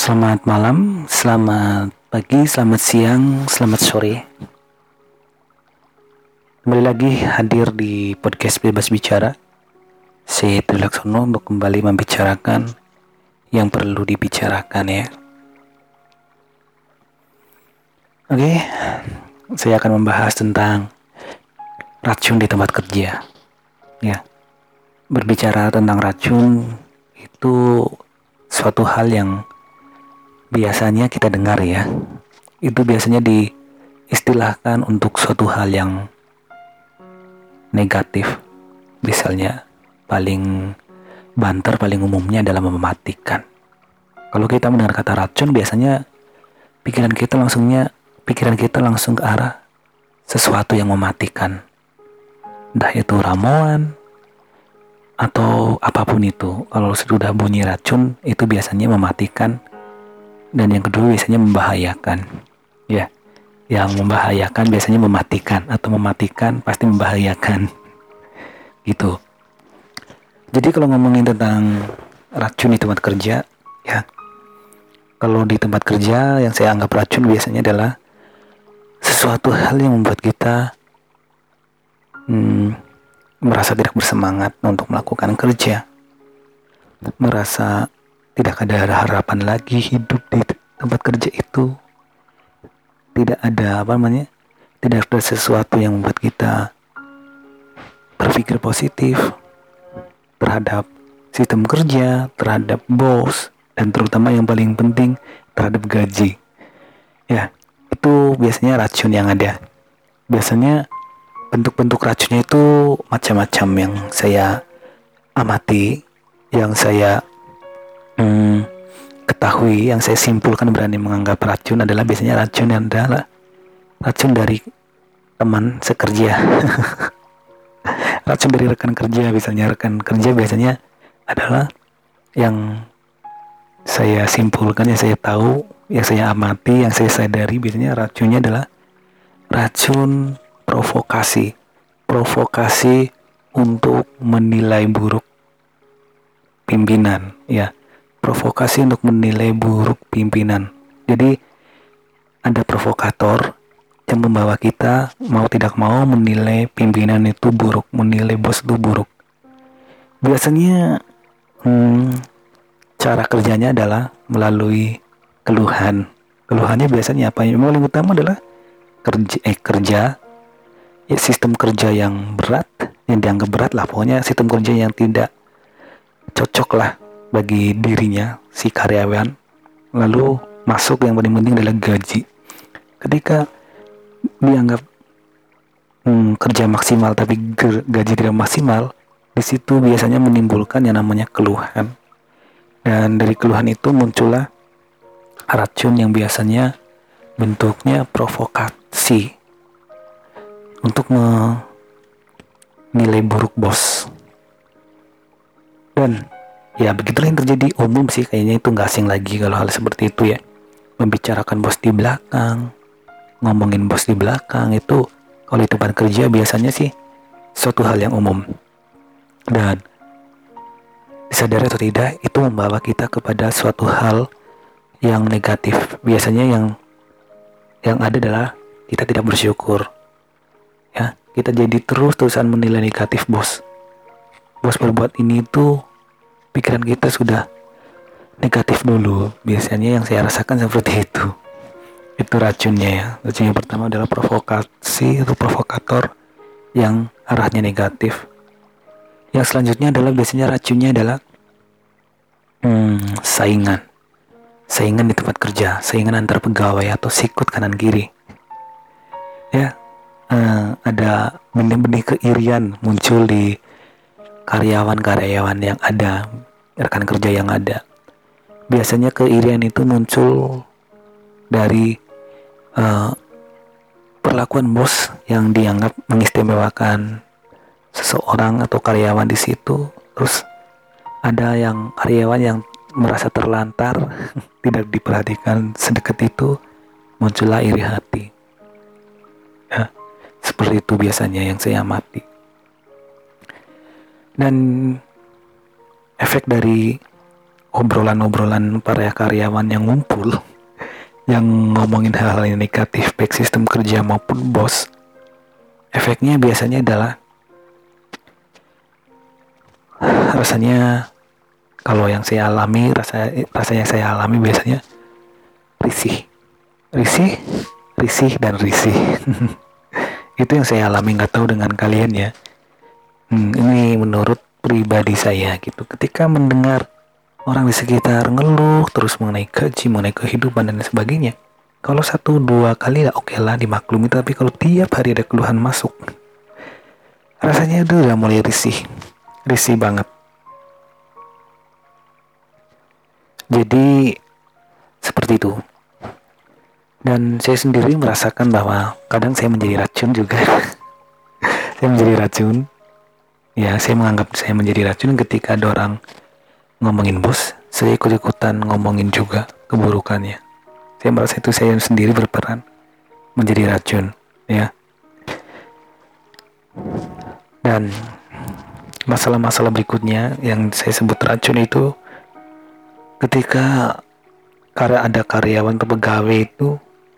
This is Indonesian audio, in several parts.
Selamat malam, selamat pagi, selamat siang, selamat sore. Kembali lagi hadir di podcast Bebas Bicara. Saya Tri Laksono untuk kembali membicarakan yang perlu dibicarakan ya. Oke, saya akan membahas tentang racun di tempat kerja. Ya, berbicara tentang racun itu suatu hal yang biasanya kita dengar ya. Itu biasanya diistilahkan untuk suatu hal yang negatif. Misalnya paling banter, paling umumnya adalah mematikan. Kalau kita mendengar kata racun, biasanya pikiran kita langsung ke arah sesuatu yang mematikan. Entah itu ramuan atau apapun itu. Kalau sudah bunyi racun, itu biasanya mematikan. Dan yang kedua biasanya membahayakan. Ya, yang membahayakan biasanya mematikan, atau mematikan pasti membahayakan. Gitu. Jadi kalau ngomongin tentang racun di tempat kerja, ya, kalau di tempat kerja yang saya anggap racun biasanya adalah sesuatu hal yang membuat kita merasa tidak bersemangat untuk melakukan kerja, merasa tidak ada harapan lagi hidup di tempat kerja itu, tidak ada tidak ada sesuatu yang membuat kita berpikir positif terhadap sistem kerja, terhadap bos, dan terutama yang paling penting terhadap gaji. Ya, itu biasanya racun yang ada. Biasanya bentuk-bentuk racunnya itu macam-macam yang saya amati, yang saya ketahui, yang saya simpulkan berani menganggap racun adalah biasanya racun dari teman sekerja. Racun dari rekan kerja, misalnya rekan kerja biasanya adalah yang saya simpulkan, yang saya tahu, yang saya amati, yang saya sadari, biasanya racunnya adalah racun provokasi untuk menilai buruk pimpinan, ya, provokasi untuk menilai buruk pimpinan. Jadi ada provokator yang membawa kita mau tidak mau menilai pimpinan itu buruk, menilai bos itu buruk. Biasanya cara kerjanya adalah melalui keluhan. Keluhannya biasanya apa? Yang paling utama adalah kerja, ya, sistem kerja yang berat, yang dianggap berat lah, pokoknya sistem kerja yang tidak cocok lah bagi dirinya si karyawan. Lalu masuk yang paling penting adalah gaji. Ketika dianggap kerja maksimal tapi gaji tidak maksimal, di situ biasanya menimbulkan yang namanya keluhan. Dan dari keluhan itu muncullah racun yang biasanya bentuknya provokasi untuk menilai buruk bos. Dan ya begitulah yang terjadi umum sih, kayaknya itu gak asing lagi kalau hal seperti itu ya. Membicarakan bos di belakang, ngomongin bos di belakang, itu kalau di tempat kerja biasanya sih suatu hal yang umum. Dan disadari atau tidak, itu membawa kita kepada suatu hal yang negatif. Biasanya yang ada adalah kita tidak bersyukur. Ya, kita jadi terus-terusan menilai negatif bos. Bos berbuat ini tuh, pikiran kita sudah negatif dulu. Biasanya yang saya rasakan seperti itu. Itu racunnya ya. Racun yang pertama adalah provokasi atau provokator yang arahnya negatif. Yang selanjutnya adalah biasanya racunnya adalah saingan di tempat kerja, saingan antar pegawai atau sikut kanan kiri. Ya, ada benih-benih keirian muncul di karyawan-karyawan yang ada, rekan kerja yang ada. Biasanya keirian itu muncul dari perlakuan bos yang dianggap mengistimewakan seseorang atau karyawan di situ. Terus ada yang karyawan yang merasa terlantar, tidak diperhatikan sedekat itu, muncullah iri hati. Ya, seperti itu biasanya yang saya amati. Dan efek dari obrolan-obrolan para karyawan yang ngumpul yang ngomongin hal-hal yang negatif baik sistem kerja maupun bos, efeknya biasanya adalah rasanya, kalau yang saya alami, rasa yang saya alami biasanya risih risih dan risih. Itu yang saya alami, nggak tahu dengan kalian ya. Ini menurut pribadi saya gitu. Ketika mendengar orang di sekitar ngeluh terus mengenai gaji, mengenai kehidupan dan sebagainya, kalau 1-2 kali lah oke lah dimaklumi, tapi kalau tiap hari ada keluhan masuk, rasanya itu udah mulai risih banget. Jadi seperti itu. Dan saya sendiri merasakan bahwa kadang saya menjadi racun juga. Saya menjadi racun. Ya, saya menganggap saya menjadi racun ketika ada orang ngomongin bos, saya ikut-ikutan ngomongin juga keburukannya. Saya merasa itu saya sendiri berperan menjadi racun, ya. Dan masalah-masalah berikutnya yang saya sebut racun itu ketika ada karyawan atau pegawai itu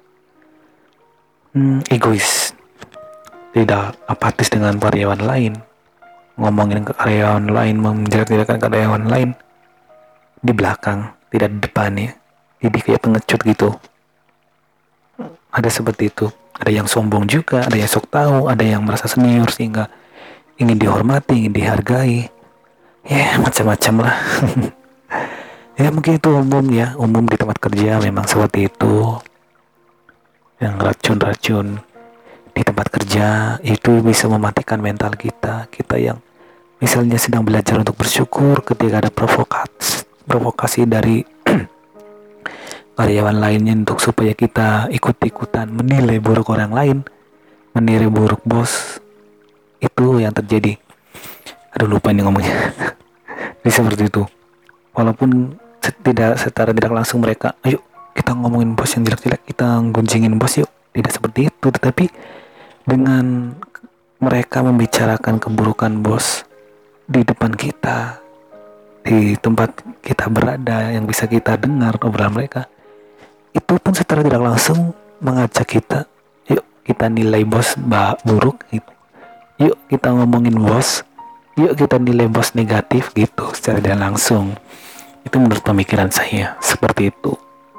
egois, tidak apatis dengan karyawan lain, ngomongin ke karyawan lain, menjelek-jelekan karyawan lain di belakang, tidak di depan ya. Jadi kayak pengecut gitu. Ada seperti itu. Ada yang sombong juga, ada yang sok tahu, ada yang merasa senior sehingga ingin dihormati, ingin dihargai. Ya, macam-macam lah. Ya mungkin itu umum di tempat kerja memang seperti itu. Yang racun-racun di tempat kerja itu bisa mematikan mental kita yang misalnya sedang belajar untuk bersyukur, ketika ada provokasi dari karyawan lainnya untuk supaya kita ikut-ikutan menilai buruk orang lain, menilai buruk bos, itu yang terjadi. Aduh, lupa ini ngomongnya. Jadi seperti itu. Walaupun secara tidak langsung mereka, ayo kita ngomongin bos yang jelek-jelek, kita gunjingin bos yuk, tidak seperti itu. Tetapi dengan mereka membicarakan keburukan bos di depan kita, di tempat kita berada yang bisa kita dengar obrolan mereka, itu pun secara tidak langsung mengajak kita, yuk kita nilai bos buruk gitu. Yuk kita ngomongin bos, yuk kita nilai bos negatif gitu secara tidak langsung. Itu menurut pemikiran saya seperti itu.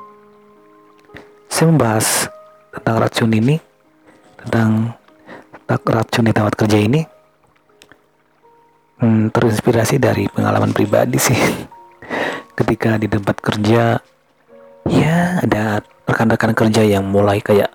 Saya membahas tentang racun ini, tentang racun di tempat kerja ini, terinspirasi dari pengalaman pribadi sih. Ketika di tempat kerja, ya ada rekan-rekan kerja yang mulai kayak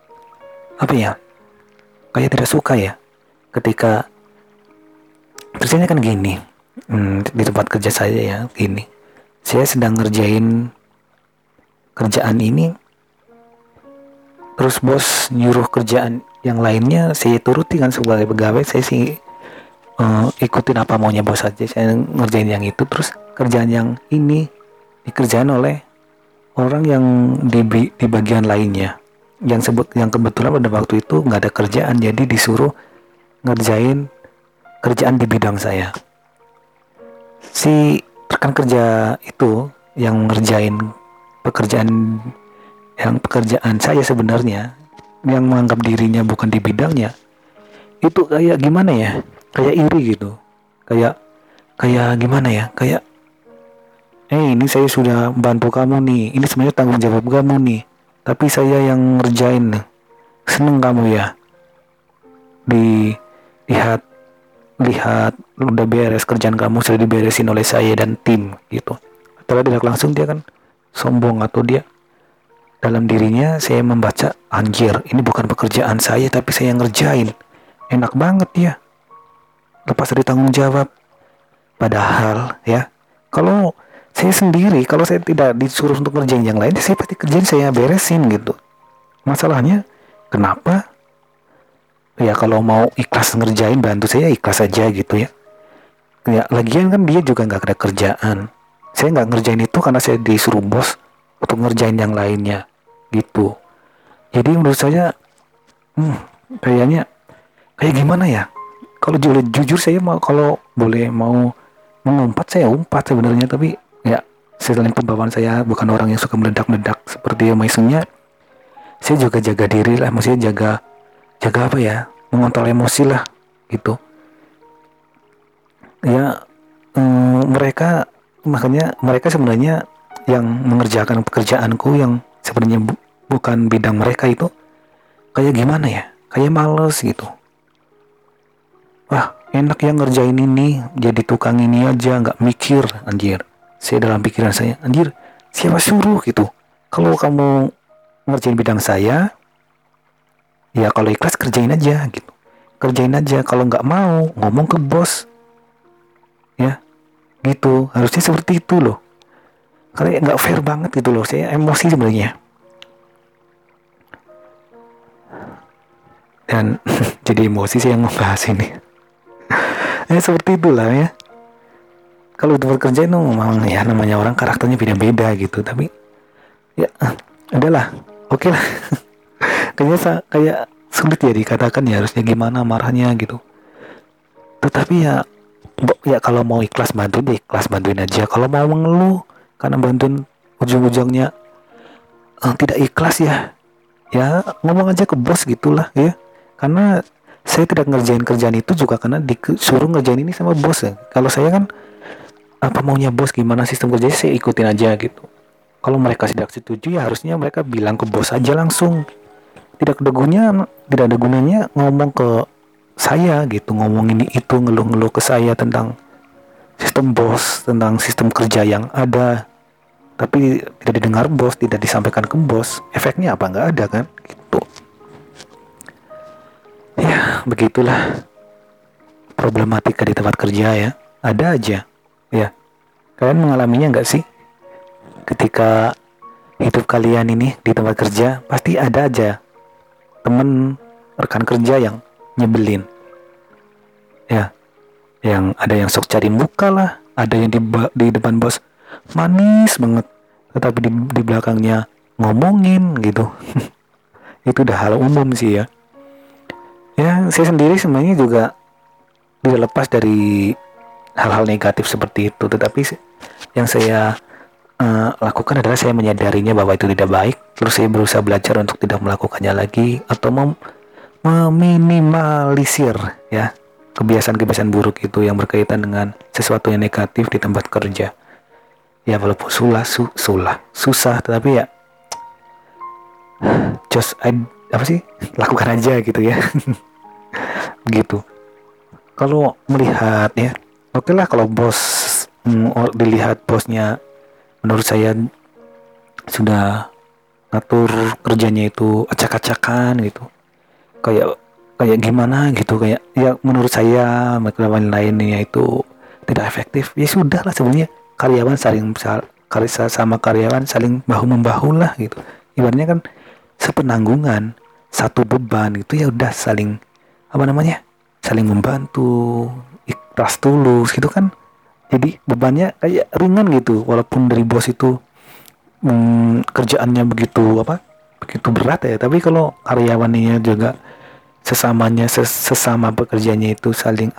kayak tidak suka ya. Ketika terusnya kan gini, di tempat kerja saya ya gini, saya sedang ngerjain kerjaan ini, terus bos nyuruh kerjaan yang lainnya saya turuti kan sebagai pegawai, saya sih ikutin apa maunya bos aja, saya ngerjain yang itu. Terus kerjaan yang ini dikerjain oleh orang yang di bagian lainnya, yang kebetulan pada waktu itu nggak ada kerjaan, jadi disuruh ngerjain kerjaan di bidang saya. Si rekan kerja itu yang ngerjain pekerjaan saya sebenarnya, yang menganggap dirinya bukan di bidangnya, itu kayak gimana ya, kayak iri gitu, kayak gimana ya, kayak ini saya sudah bantu kamu nih, ini sebenarnya tanggung jawab kamu nih, tapi saya yang ngerjain nih. Seneng kamu ya lihat udah beres kerjaan kamu, sudah diberesin oleh saya dan tim gitu. Tapi tidak langsung dia kan sombong, atau dia dalam dirinya saya membaca, anjir ini bukan pekerjaan saya tapi saya ngerjain, enak banget ya, lepas dari tanggung jawab. Padahal ya, kalau saya sendiri, kalau saya tidak disuruh untuk ngerjain yang lain, saya pasti kerjain, saya beresin gitu. Masalahnya kenapa ya, kalau mau ikhlas ngerjain bantu saya, ikhlas aja gitu ya. Ya lagian kan dia juga nggak ada kerjaan, saya nggak ngerjain itu karena saya disuruh bos untuk ngerjain yang lainnya gitu. Jadi menurut saya kayaknya kayak gimana ya, kalau jujur saya kalau boleh mau mengumpat, saya umpat sebenarnya, tapi ya Selain pembawaan saya bukan orang yang suka meledak-meledak seperti Maisungnya, saya juga jaga diri lah, maksudnya jaga apa ya, mengontrol emosi lah gitu ya. Makanya mereka sebenarnya yang mengerjakan pekerjaanku yang sebenarnya bukan bidang mereka itu kayak gimana ya, kayak males gitu. Wah, enak ya ngerjain ini, jadi tukang ini aja, nggak mikir, anjir. Saya dalam pikiran saya, anjir, siapa suruh gitu. Kalau kamu ngerjain bidang saya, ya kalau ikhlas kerjain aja gitu. Kerjain aja, kalau nggak mau, ngomong ke bos. Ya, gitu. Harusnya seperti itu loh. Karena nggak fair banget gitu loh. Saya emosi sebenarnya. Dan jadi emosi saya ngebahas ini. Seperti itulah ya. Kalau di tempat kerja itu memang ya namanya orang karakternya beda-beda gitu. Tapi ya adalah oke lah. Kayaknya kayak sulit ya dikatakan ya harusnya gimana marahnya gitu. Tetapi ya kalau mau ikhlas bantu deh, ikhlas bantuin aja. Kalau mau mengeluh karena bantuin ujung-ujungnya tidak ikhlas ya ngomong aja ke bos gitulah ya. Karena saya tidak ngerjain kerjaan itu juga karena disuruh ngerjain ini sama bos ya. Kalau saya kan apa maunya bos, gimana sistem kerjanya saya ikutin aja gitu. Kalau mereka tidak setuju ya harusnya mereka bilang ke bos aja langsung. Tidak ada gunanya ngomong ke saya gitu, ngomong ini itu, ngeluh-ngeluh ke saya tentang sistem bos, tentang sistem kerja yang ada, tapi tidak didengar bos, tidak disampaikan ke bos. Efeknya apa? Nggak ada kan gitu ya. Begitulah problematika di tempat kerja ya, ada aja ya. Kalian mengalaminya nggak sih? Ketika hidup kalian ini di tempat kerja pasti ada aja temen rekan kerja yang nyebelin ya, yang ada yang sok cari muka lah, ada yang di depan bos manis banget tetapi di belakangnya ngomongin gitu. Itu udah hal umum sih ya. Saya sendiri sebenarnya juga tidak lepas dari hal-hal negatif seperti itu, tetapi yang saya lakukan adalah saya menyadarinya bahwa itu tidak baik, terus saya berusaha belajar untuk tidak melakukannya lagi atau meminimalisir ya kebiasaan-kebiasaan buruk itu yang berkaitan dengan sesuatu yang negatif di tempat kerja. Ya walaupun susah, tetapi ya lakukan aja gitu ya. Gitu. Kalau melihat ya, oke lah kalau bos dilihat bosnya menurut saya sudah ngatur kerjanya itu acak-acakan gitu, kayak gimana gitu, kayak ya menurut saya lawan lainnya itu tidak efektif. Ya sudah lah, sebenarnya sama karyawan saling bahu membahu lah gitu. Ibaratnya kan sepenanggungan satu beban itu ya udah saling saling membantu, ikhlas tulus gitu kan. Jadi bebannya kayak ringan gitu, walaupun dari bos itu kerjaannya begitu berat ya, tapi kalau karyawannya juga sesama pekerjanya itu saling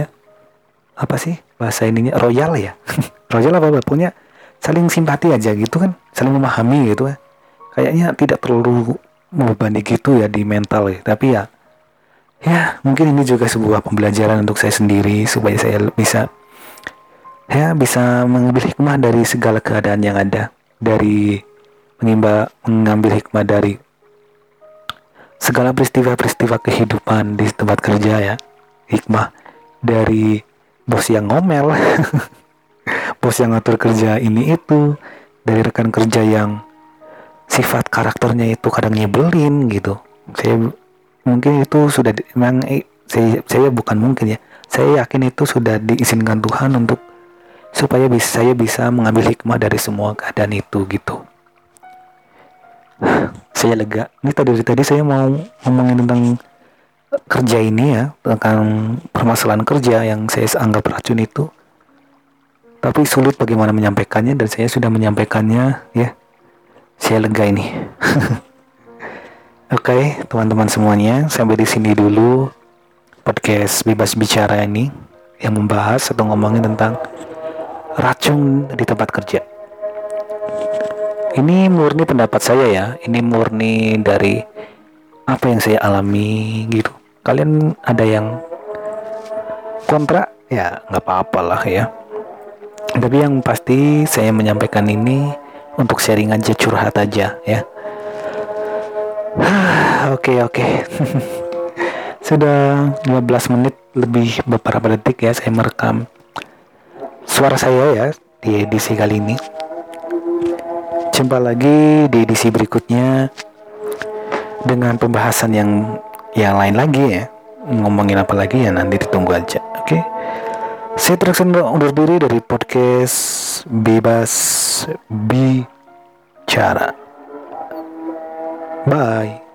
bahasa ininya royal ya. Royal pokoknya saling simpati aja gitu kan, saling memahami gitu ya. Kayaknya tidak terlalu membebani gitu ya di mental ya, tapi ya mungkin ini juga sebuah pembelajaran untuk saya sendiri supaya saya bisa mengambil hikmah dari segala keadaan yang ada, dari mengambil hikmah dari segala peristiwa-peristiwa kehidupan di tempat kerja ya. Hikmah dari bos yang ngomel, bos yang ngatur kerja ini itu, dari rekan kerja yang sifat karakternya itu kadang nyebelin gitu. Saya mungkin itu sudah saya bukan mungkin ya, saya yakin itu sudah diizinkan Tuhan untuk supaya saya bisa mengambil hikmah dari semua keadaan itu gitu. Saya lega. Ini tadi saya mau ngomongin tentang kerja ini ya, tentang permasalahan kerja yang saya anggap racun itu. Tapi sulit bagaimana menyampaikannya, dan saya sudah menyampaikannya ya. Saya lega ini. Oke, teman-teman semuanya, sampai di sini dulu podcast Bebas Bicara ini yang membahas atau ngomongin tentang racun di tempat kerja. Ini murni pendapat saya ya, ini murni dari apa yang saya alami gitu. Kalian ada yang kontra ya nggak apa-apa lah ya, tapi yang pasti saya menyampaikan ini untuk sharing aja, curhat aja ya. Oke oke. Sudah 15 menit lebih beberapa detik ya saya merekam suara saya ya di edisi kali ini. Jumpa lagi di edisi berikutnya dengan pembahasan yang lain lagi ya. Ngomongin apa lagi ya nanti ditunggu aja. Oke. Saya Trakson undur diri dari podcast Bebas Bicara. Bye.